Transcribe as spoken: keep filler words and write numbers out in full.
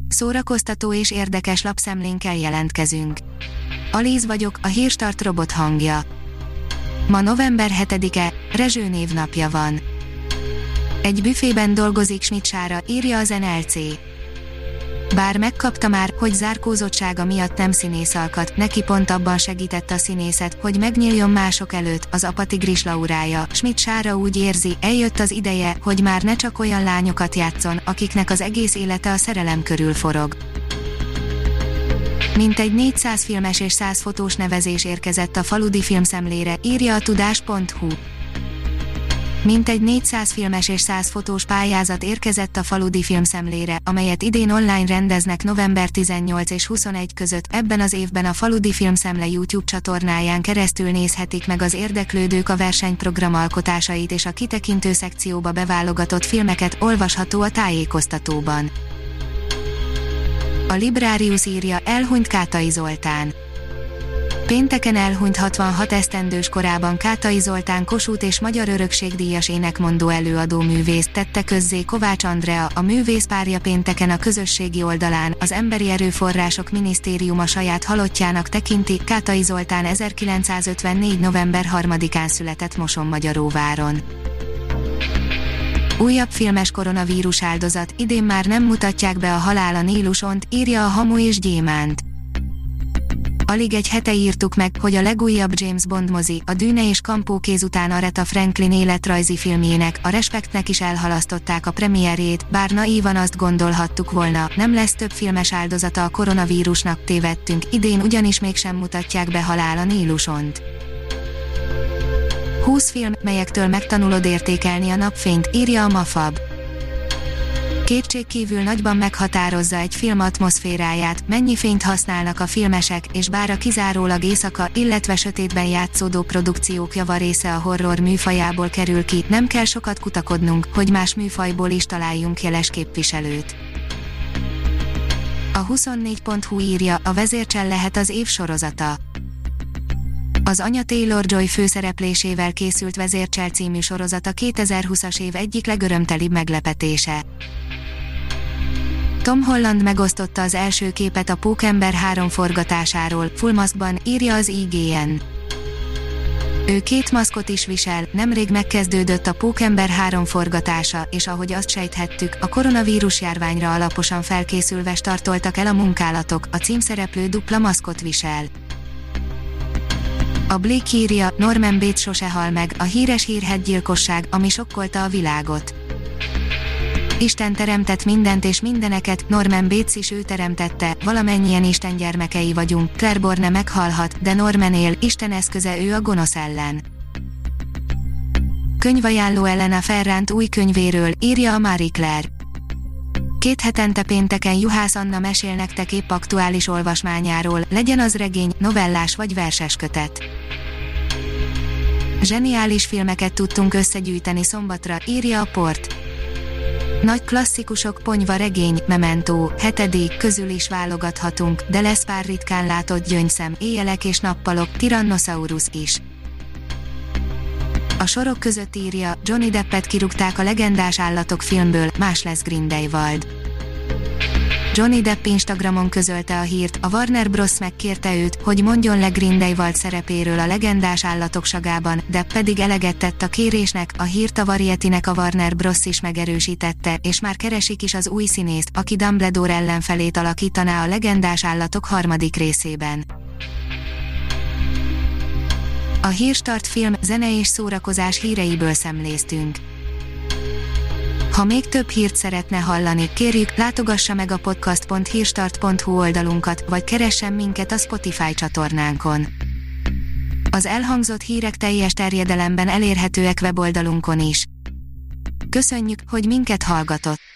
szórakoztató és érdekes lapszemlénkkel jelentkezünk. Alíz vagyok, a Hírstart robot hangja. Ma november hetedike, Rezső névnapja van. Egy büfében dolgozik Schmidt Sára, írja az en el cé. Bár megkapta már, hogy zárkózottsága miatt nem színészalkat, neki pont abban segített a színészet, hogy megnyíljon mások előtt, az apa Tigris Laurája. Schmidt Sára úgy érzi, eljött az ideje, hogy már ne csak olyan lányokat játszon, akiknek az egész élete a szerelem körül forog. Mintegy négyszáz filmes és száz fotós nevezés érkezett a Faludi filmszemlére, írja a tudás pont hu. Mintegy négyszáz filmes és száz fotós pályázat érkezett a Faludi filmszemlére, amelyet idén online rendeznek november tizennyolcadika és huszonegyedike között. Ebben az évben a Faludi Filmszemle YouTube csatornáján keresztül nézhetik meg az érdeklődők a versenyprogram alkotásait, és a kitekintő szekcióba beválogatott filmeket olvasható a tájékoztatóban. A Librarius írja, elhunyt Kátai Zoltán. Pénteken elhunyt hatvanhat esztendős korában Kátai Zoltán Kossuth és Magyar Örökségdíjas énekmondó előadó művész, tette közzé Kovács Andrea, a művész párja pénteken a közösségi oldalán. Az Emberi Erőforrások Minisztériuma saját halottjának tekinti. Kátai Zoltán ezerkilencszázötvennégy november harmadikán született Mosonmagyaróváron. Újabb filmes koronavírus áldozat, idén már nem mutatják be a Halál a Nílusont, írja a Hamu és Gyémánt. Alig egy hete írtuk meg, hogy a legújabb James Bond mozi, a Dűne és Kampókéz után Aretha Franklin életrajzi filmjének, a Respektnek is elhalasztották a premierjét, bár naívan azt gondolhattuk volna, nem lesz több filmes áldozata a koronavírusnak, tévedtünk, idén ugyanis mégsem mutatják be Halál a Nílusont. húsz film, melyektől megtanulod értékelni a napfényt, írja a Mafab. Kétségkívül nagyban meghatározza egy film atmoszféráját, mennyi fényt használnak a filmesek, és bár a kizárólag éjszaka, illetve sötétben játszódó produkciók javarésze a horror műfajából kerül ki, nem kell sokat kutakodnunk, hogy más műfajból is találjunk jeles képviselőt. A huszonnégy pont hu írja, a Vezércsel lehet az év sorozata. Az Anya Taylor-Joy főszereplésével készült Vezércsel című sorozat a kétezer-húszas év egyik legörömtelibb meglepetése. Tom Holland megosztotta az első képet a Pókember három forgatásáról, full maszkban, írja az i gé en. Ő két maszkot is visel, nemrég megkezdődött a Pókember három forgatása, és ahogy azt sejthettük, a koronavírus járványra alaposan felkészülve startoltak el a munkálatok, a címszereplő dupla maszkot visel. A Blick írja, Norman Bates sose hal meg, a híres hírhedgyilkosság, ami sokkolta a világot. Isten teremtett mindent és mindeneket, Norman Bates is ő teremtette, valamennyien Isten gyermekei vagyunk, Claiborne meghalhat, de Norman él, Isten eszköze ő a gonosz ellen. Könyvajánló Elena Ferrant új könyvéről, írja a Marie Claire. Két hetente pénteken Juhász Anna mesél nektek épp aktuális olvasmányáról, legyen az regény, novellás vagy verses kötet. Zseniális filmeket tudtunk összegyűjteni szombatra, írja a Port. Nagy klasszikusok, Ponyva regény, Memento, hetedik közül is válogathatunk, de lesz pár ritkán látott gyöngyszem, Éjjelek és nappalok, Tyrannosaurus is. A sorok között írja, Johnny Deppet kirúgták a Legendás állatok filmből, más lesz Grindelwald. Johnny Depp Instagramon közölte a hírt, a Warner Bros. Megkérte őt, hogy mondjon le Grindelwald szerepéről a Legendás állatok sagában, Depp pedig eleget tett a kérésnek, a hírt a Varietynek a Warner Bros. Is megerősítette, és már keresik is az új színészt, aki Dumbledore ellenfelét alakítaná a Legendás állatok harmadik részében. A Hírstart film, zene és szórakozás híreiből szemléztünk. Ha még több hírt szeretne hallani, kérjük, látogassa meg a podcast pont hírstart pont hu oldalunkat, vagy keressen minket a Spotify csatornánkon. Az elhangzott hírek teljes terjedelemben elérhetőek weboldalunkon is. Köszönjük, hogy minket hallgatott!